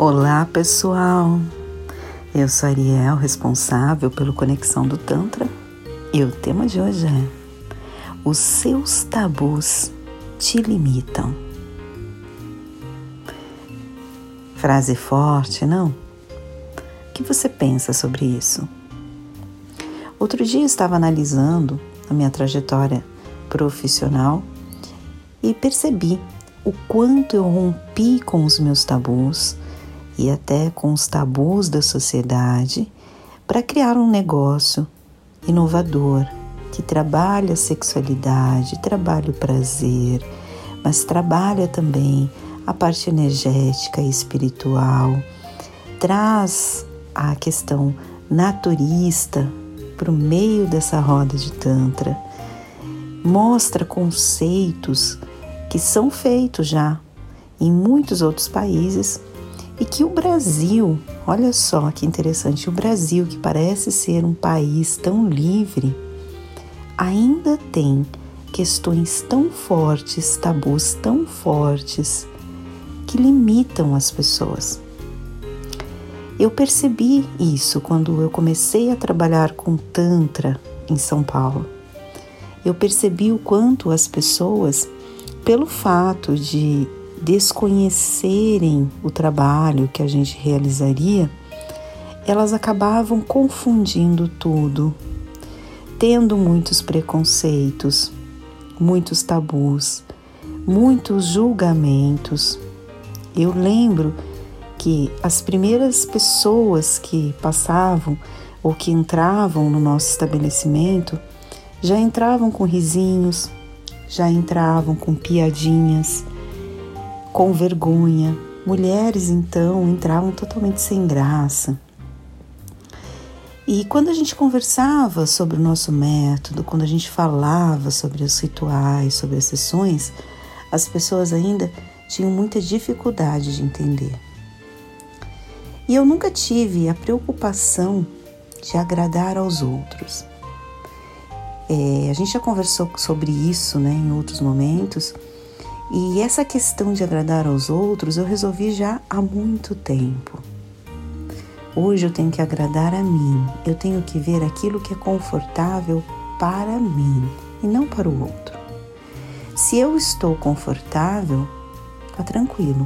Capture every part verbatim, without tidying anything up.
Olá pessoal, eu sou a Ariel, responsável pelo Conexão do Tantra, e o tema de hoje é: os seus tabus te limitam. Frase forte, não? O que você pensa sobre isso? Outro dia eu estava analisando a minha trajetória profissional e percebi o quanto eu rompi com os meus tabus e até com os tabus da sociedade para criar um negócio inovador que trabalha a sexualidade, trabalha o prazer, mas trabalha também a parte energética e espiritual, traz a questão naturista para o meio dessa roda de Tantra, mostra conceitos que são feitos já em muitos outros países e que o Brasil, olha só que interessante, o Brasil, que parece ser um país tão livre, ainda tem questões tão fortes, tabus tão fortes, que limitam as pessoas. Eu percebi isso quando eu comecei a trabalhar com Tantra em São Paulo. Eu percebi o quanto as pessoas, pelo fato de desconhecerem o trabalho que a gente realizaria, elas acabavam confundindo tudo, tendo muitos preconceitos, muitos tabus, muitos julgamentos. Eu lembro que as primeiras pessoas que passavam ou que entravam no nosso estabelecimento já entravam com risinhos, já entravam com piadinhas, com vergonha. Mulheres, então, entravam totalmente sem graça. E quando a gente conversava sobre o nosso método, quando a gente falava sobre os rituais, sobre as sessões, as pessoas ainda tinham muita dificuldade de entender. E eu nunca tive a preocupação de agradar aos outros. É, a gente já conversou sobre isso, né, em outros momentos, e essa questão de agradar aos outros eu resolvi já há muito tempo. Hoje eu tenho que agradar a mim, eu tenho que ver aquilo que é confortável para mim e não para o outro. Se eu estou confortável, tá tranquilo.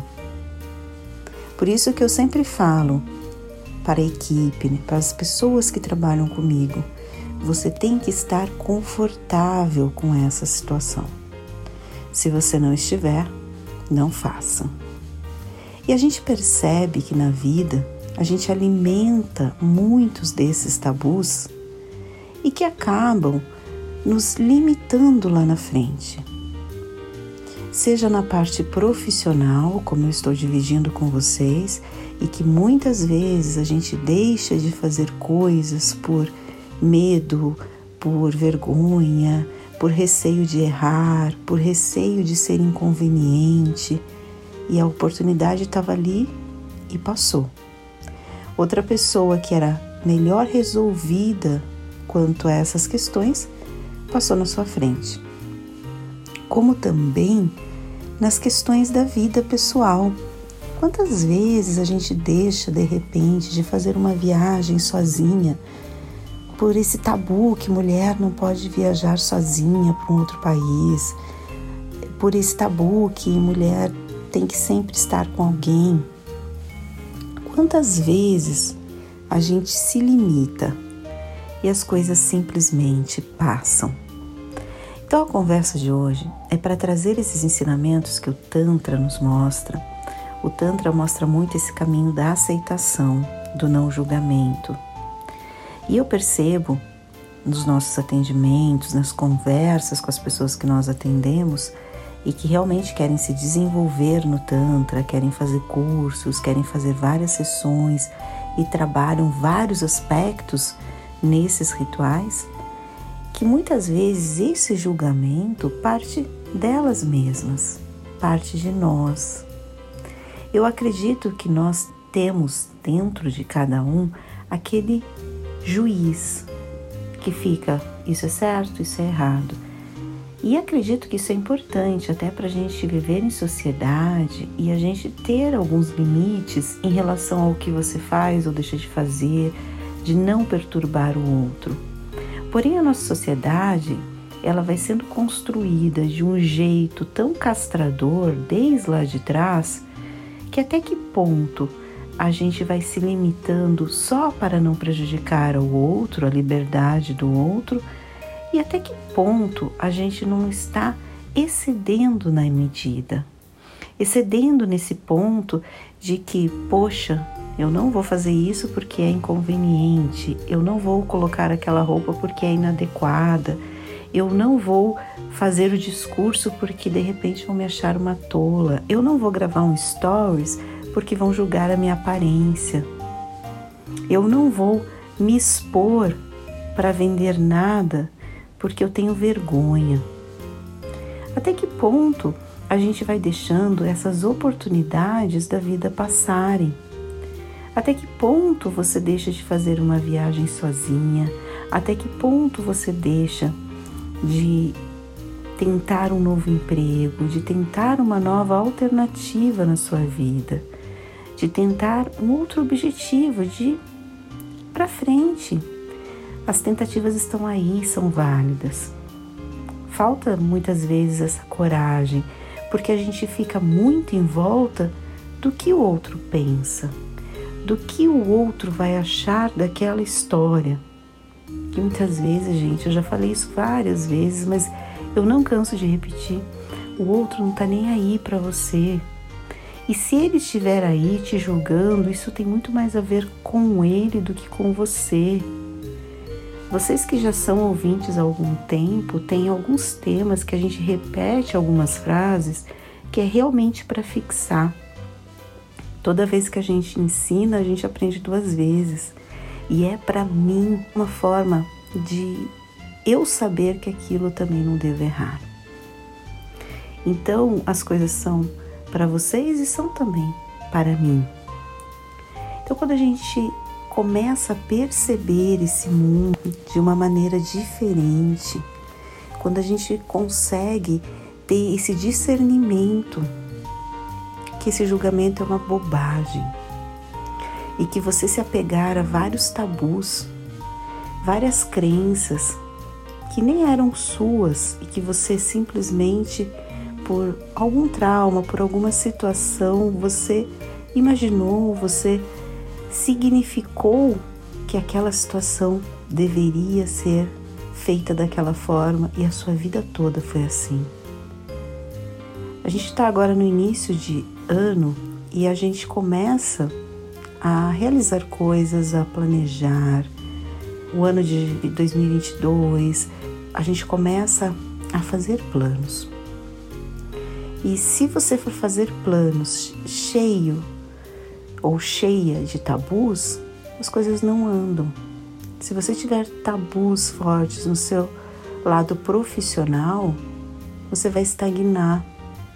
Por isso que eu sempre falo para a equipe, né, para as pessoas que trabalham comigo, você tem que estar confortável com essa situação. Se você não estiver, não faça. E a gente percebe que na vida a gente alimenta muitos desses tabus e que acabam nos limitando lá na frente. Seja na parte profissional, como eu estou dividindo com vocês, e que muitas vezes a gente deixa de fazer coisas por medo, por vergonha, por receio de errar, por receio de ser inconveniente, e a oportunidade estava ali e passou. Outra pessoa que era melhor resolvida quanto a essas questões passou na sua frente. Como também nas questões da vida pessoal. Quantas vezes a gente deixa de repente de fazer uma viagem sozinha por esse tabu que mulher não pode viajar sozinha para um outro país, por esse tabu que mulher tem que sempre estar com alguém. Quantas vezes a gente se limita e as coisas simplesmente passam? Então a conversa de hoje é para trazer esses ensinamentos que o Tantra nos mostra. O Tantra mostra muito esse caminho da aceitação, do não julgamento. E eu percebo nos nossos atendimentos, nas conversas com as pessoas que nós atendemos e que realmente querem se desenvolver no Tantra, querem fazer cursos, querem fazer várias sessões e trabalham vários aspectos nesses rituais, que muitas vezes esse julgamento parte delas mesmas, parte de nós. Eu acredito que nós temos dentro de cada um aquele juiz que fica, isso é certo, isso é errado. E acredito que isso é importante até para a gente viver em sociedade e a gente ter alguns limites em relação ao que você faz ou deixa de fazer, de não perturbar o outro. Porém, a nossa sociedade, ela vai sendo construída de um jeito tão castrador desde lá de trás, que até que ponto a gente vai se limitando só para não prejudicar o outro, a liberdade do outro, e até que ponto a gente não está excedendo na medida, excedendo nesse ponto de que, poxa, eu não vou fazer isso porque é inconveniente, eu não vou colocar aquela roupa porque é inadequada, eu não vou fazer o discurso porque de repente vão me achar uma tola, eu não vou gravar um stories porque vão julgar a minha aparência, eu não vou me expor para vender nada porque eu tenho vergonha. Até que ponto a gente vai deixando essas oportunidades da vida passarem? Até que ponto você deixa de fazer uma viagem sozinha? Até que ponto você deixa de tentar um novo emprego, de tentar uma nova alternativa na sua vida, de tentar um outro objetivo, de ir para frente? As tentativas estão aí, são válidas. Falta muitas vezes essa coragem, porque a gente fica muito em volta do que o outro pensa, do que o outro vai achar daquela história. Que muitas vezes, gente, eu já falei isso várias vezes, mas eu não canso de repetir, o outro não tá nem aí para você. E se ele estiver aí te julgando, isso tem muito mais a ver com ele do que com você. Vocês que já são ouvintes há algum tempo, tem alguns temas que a gente repete algumas frases que é realmente para fixar. Toda vez que a gente ensina, a gente aprende duas vezes. E é para mim uma forma de eu saber que aquilo também não devo errar. Então, as coisas são para vocês e são também para mim. Então, quando a gente começa a perceber esse mundo de uma maneira diferente, quando a gente consegue ter esse discernimento que esse julgamento é uma bobagem e que você se apegar a vários tabus, várias crenças que nem eram suas e que você simplesmente, por algum trauma, por alguma situação, você imaginou, você significou que aquela situação deveria ser feita daquela forma e a sua vida toda foi assim. A gente está agora no início de ano e a gente começa a realizar coisas, a planejar. O ano de dois mil e vinte e dois, a gente começa a fazer planos. E se você for fazer planos cheio ou cheia de tabus, as coisas não andam. Se você tiver tabus fortes no seu lado profissional, você vai estagnar.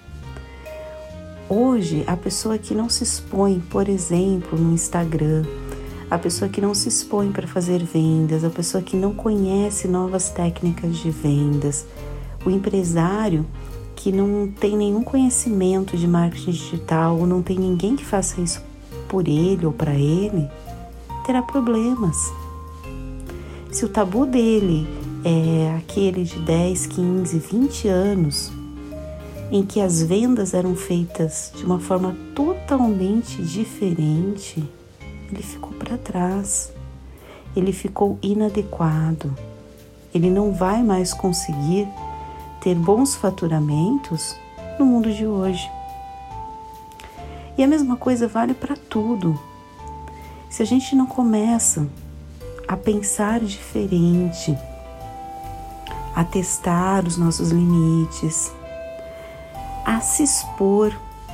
Hoje, a pessoa que não se expõe, por exemplo, no Instagram, a pessoa que não se expõe para fazer vendas, a pessoa que não conhece novas técnicas de vendas, o empresário que não tem nenhum conhecimento de marketing digital ou não tem ninguém que faça isso por ele ou para ele, terá problemas. Se o tabu dele é aquele de dez, quinze, vinte anos, em que as vendas eram feitas de uma forma totalmente diferente, ele ficou para trás, ele ficou inadequado, ele não vai mais conseguir ter bons faturamentos no mundo de hoje. E a mesma coisa vale para tudo. Se a gente não começa a pensar diferente, a testar os nossos limites, a se expor,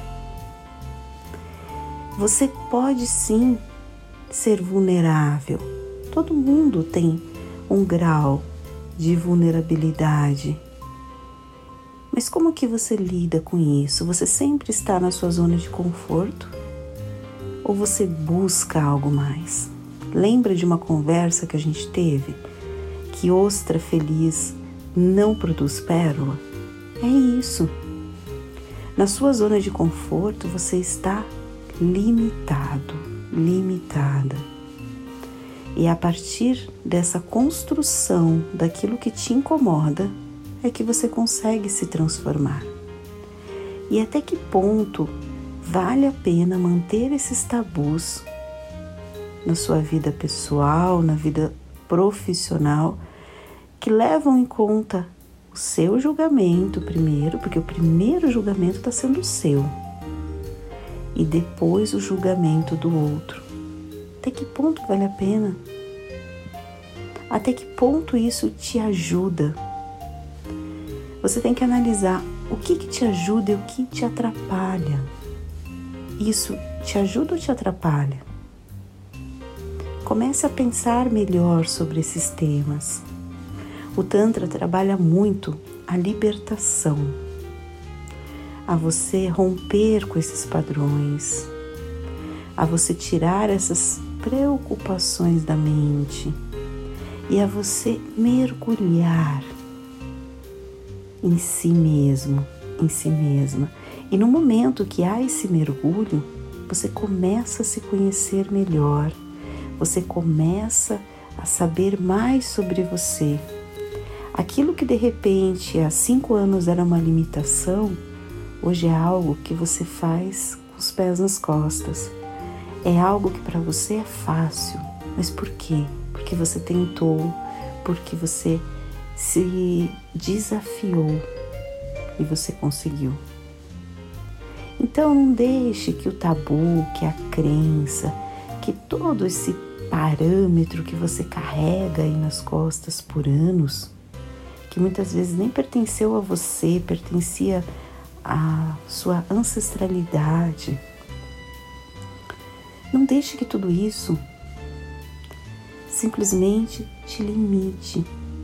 você pode sim ser vulnerável. Todo mundo tem um grau de vulnerabilidade. Mas como que você lida com isso? Você sempre está na sua zona de conforto? Ou você busca algo mais? Lembra de uma conversa que a gente teve? Que ostra feliz não produz pérola? É isso. Na sua zona de conforto você está limitado, limitada. E a partir dessa construção daquilo que te incomoda é que você consegue se transformar. E até que ponto vale a pena manter esses tabus na sua vida pessoal, na vida profissional, que levam em conta o seu julgamento primeiro, porque o primeiro julgamento está sendo o seu, e depois o julgamento do outro. Até que ponto vale a pena? Até que ponto isso te ajuda? Você tem que analisar o que, que te ajuda e o que te atrapalha. Isso te ajuda ou te atrapalha? Comece a pensar melhor sobre esses temas. O Tantra trabalha muito a libertação, a você romper com esses padrões, a você tirar essas preocupações da mente e a você mergulhar em si mesmo, em si mesma. E no momento que há esse mergulho, você começa a se conhecer melhor, você começa a saber mais sobre você. Aquilo que de repente há cinco anos era uma limitação, hoje é algo que você faz com os pés nas costas. É algo que para você é fácil. Mas por quê? Porque você tentou, porque você se desafiou e você conseguiu. Então não deixe que o tabu, que a crença, que todo esse parâmetro que você carrega aí nas costas por anos, que muitas vezes nem pertenceu a você, pertencia à sua ancestralidade. Não deixe que tudo isso simplesmente te limite.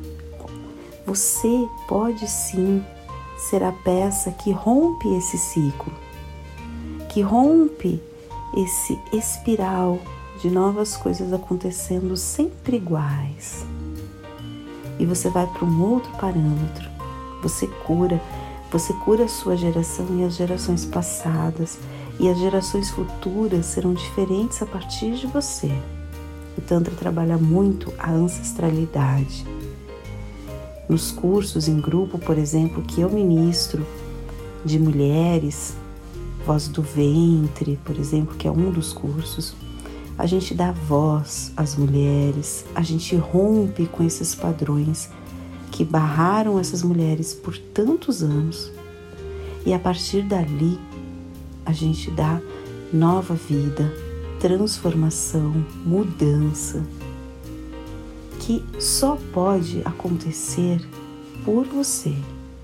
Você pode sim ser a peça que rompe esse ciclo, que rompe esse espiral de novas coisas acontecendo sempre iguais. E você vai para um outro parâmetro, você cura, você cura a sua geração e as gerações passadas, e as gerações futuras serão diferentes a partir de você. O Tantra trabalha muito a ancestralidade. Nos cursos em grupo, por exemplo, que eu ministro de mulheres, voz do ventre, por exemplo, que é um dos cursos, a gente dá voz às mulheres, a gente rompe com esses padrões que barraram essas mulheres por tantos anos, e a partir dali a gente dá nova vida, transformação, mudança, que só pode acontecer por você,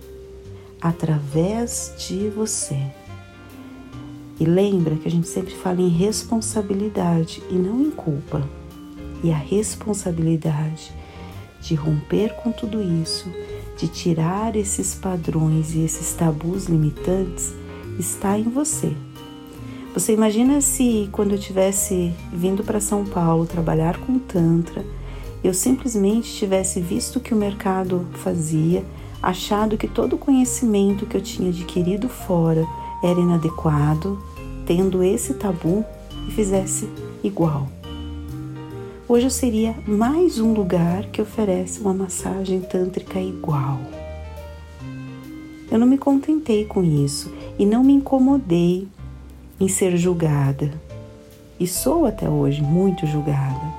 através de você. E lembra que a gente sempre fala em responsabilidade e não em culpa. E a responsabilidade de romper com tudo isso, de tirar esses padrões e esses tabus limitantes, está em você. Você imagina se quando eu tivesse vindo para São Paulo trabalhar com Tantra, eu simplesmente tivesse visto o que o mercado fazia, achado que todo o conhecimento que eu tinha adquirido fora era inadequado, tendo esse tabu, e fizesse igual. Hoje eu seria mais um lugar que oferece uma massagem tântrica igual. Eu não me contentei com isso e não me incomodei em ser julgada. E sou até hoje muito julgada.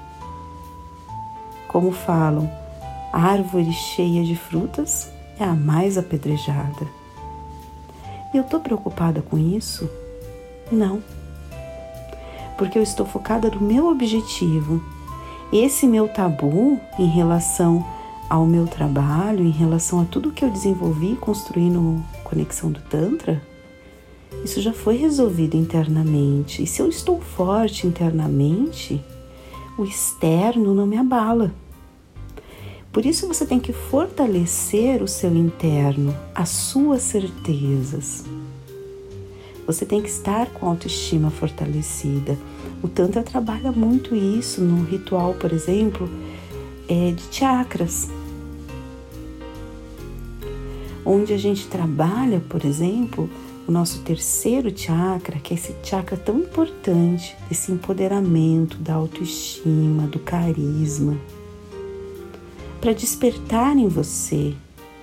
Como falam, a árvore cheia de frutas é a mais apedrejada. E eu estou preocupada com isso? Não. Porque eu estou focada no meu objetivo. Esse meu tabu em relação ao meu trabalho, em relação a tudo que eu desenvolvi e construí no Conexão do Tantra, isso já foi resolvido internamente. E se eu estou forte internamente, o externo não me abala. Por isso você tem que fortalecer o seu interno, as suas certezas. Você tem que estar com a autoestima fortalecida. O Tantra trabalha muito isso no ritual, por exemplo, é de chakras. onde a gente trabalha, por exemplo, o nosso terceiro chakra, que é esse chakra tão importante, esse empoderamento da autoestima, do carisma, para despertar em você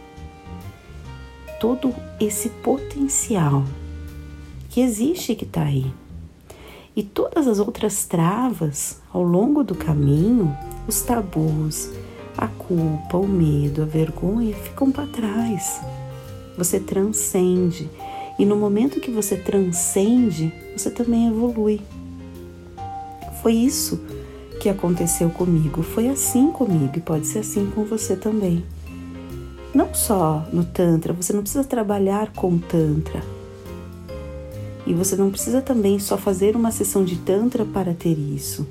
todo esse potencial que existe e que está aí. E todas as outras travas ao longo do caminho, os tabus, a culpa, o medo, a vergonha ficam para trás. Você transcende. E no momento que você transcende, você também evolui. Foi isso que aconteceu comigo. Foi assim comigo e pode ser assim com você também. Não só no Tantra, você não precisa trabalhar com Tantra. E você não precisa também só fazer uma sessão de Tantra para ter isso.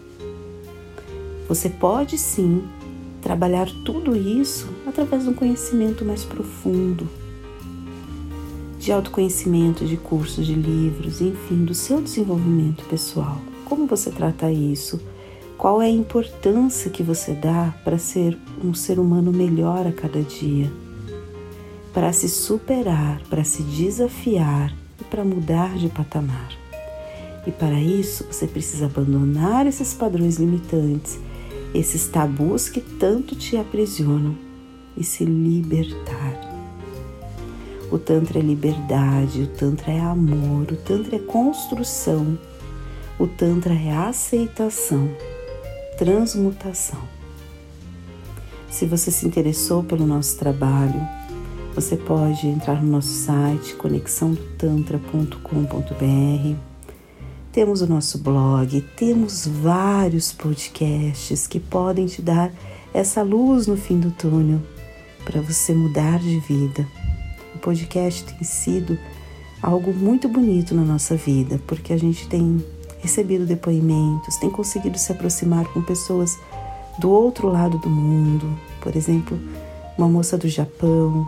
Você pode sim trabalhar tudo isso através de um conhecimento mais profundo, de autoconhecimento, de cursos, de livros, enfim, do seu desenvolvimento pessoal. Como você trata isso? Qual é a importância que você dá para ser um ser humano melhor a cada dia? Para se superar, para se desafiar e para mudar de patamar. E para isso, você precisa abandonar esses padrões limitantes, esses tabus que tanto te aprisionam e se libertar. O Tantra é liberdade, o Tantra é amor, o Tantra é construção, o Tantra é aceitação, transmutação. Se você se interessou pelo nosso trabalho, você pode entrar no nosso site conexão do tantra ponto com ponto b r. Temos o nosso blog, temos vários podcasts que podem te dar essa luz no fim do túnel para você mudar de vida. O podcast tem sido algo muito bonito na nossa vida, porque a gente tem recebido depoimentos, tem conseguido se aproximar com pessoas do outro lado do mundo, por exemplo, uma moça do Japão,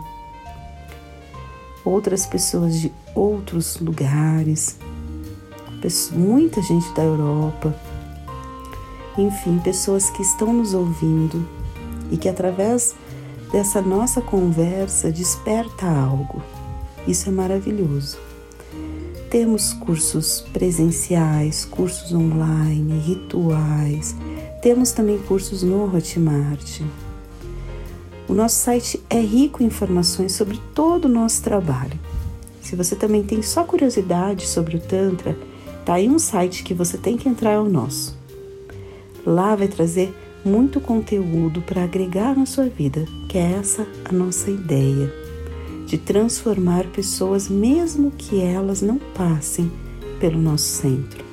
outras pessoas de outros lugares, muita gente da Europa, enfim, pessoas que estão nos ouvindo e que através dessa nossa conversa desperta algo. Isso é maravilhoso. Temos cursos presenciais, cursos online, rituais. Temos também cursos no Hotmart. O nosso site é rico em informações sobre todo o nosso trabalho. Se você também tem só curiosidade sobre o Tantra, tá aí um site que você tem que entrar, é o nosso. Lá vai trazer muito conteúdo para agregar na sua vida, que é essa a nossa ideia, de transformar pessoas mesmo que elas não passem pelo nosso centro.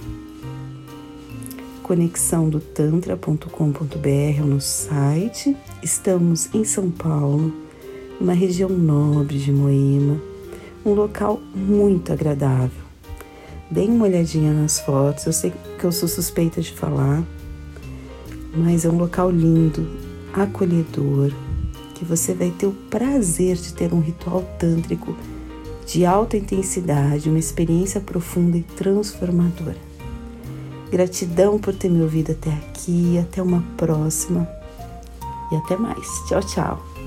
conexão do tantra ponto com ponto b r é o nosso site. Estamos em São Paulo, numa região nobre de Moema, um local muito agradável. Dê uma olhadinha nas fotos, eu sei que eu sou suspeita de falar, mas é um local lindo, acolhedor, que você vai ter o prazer de ter um ritual tântrico de alta intensidade, uma experiência profunda e transformadora. Gratidão por ter me ouvido até aqui, até uma próxima e até mais. Tchau, tchau.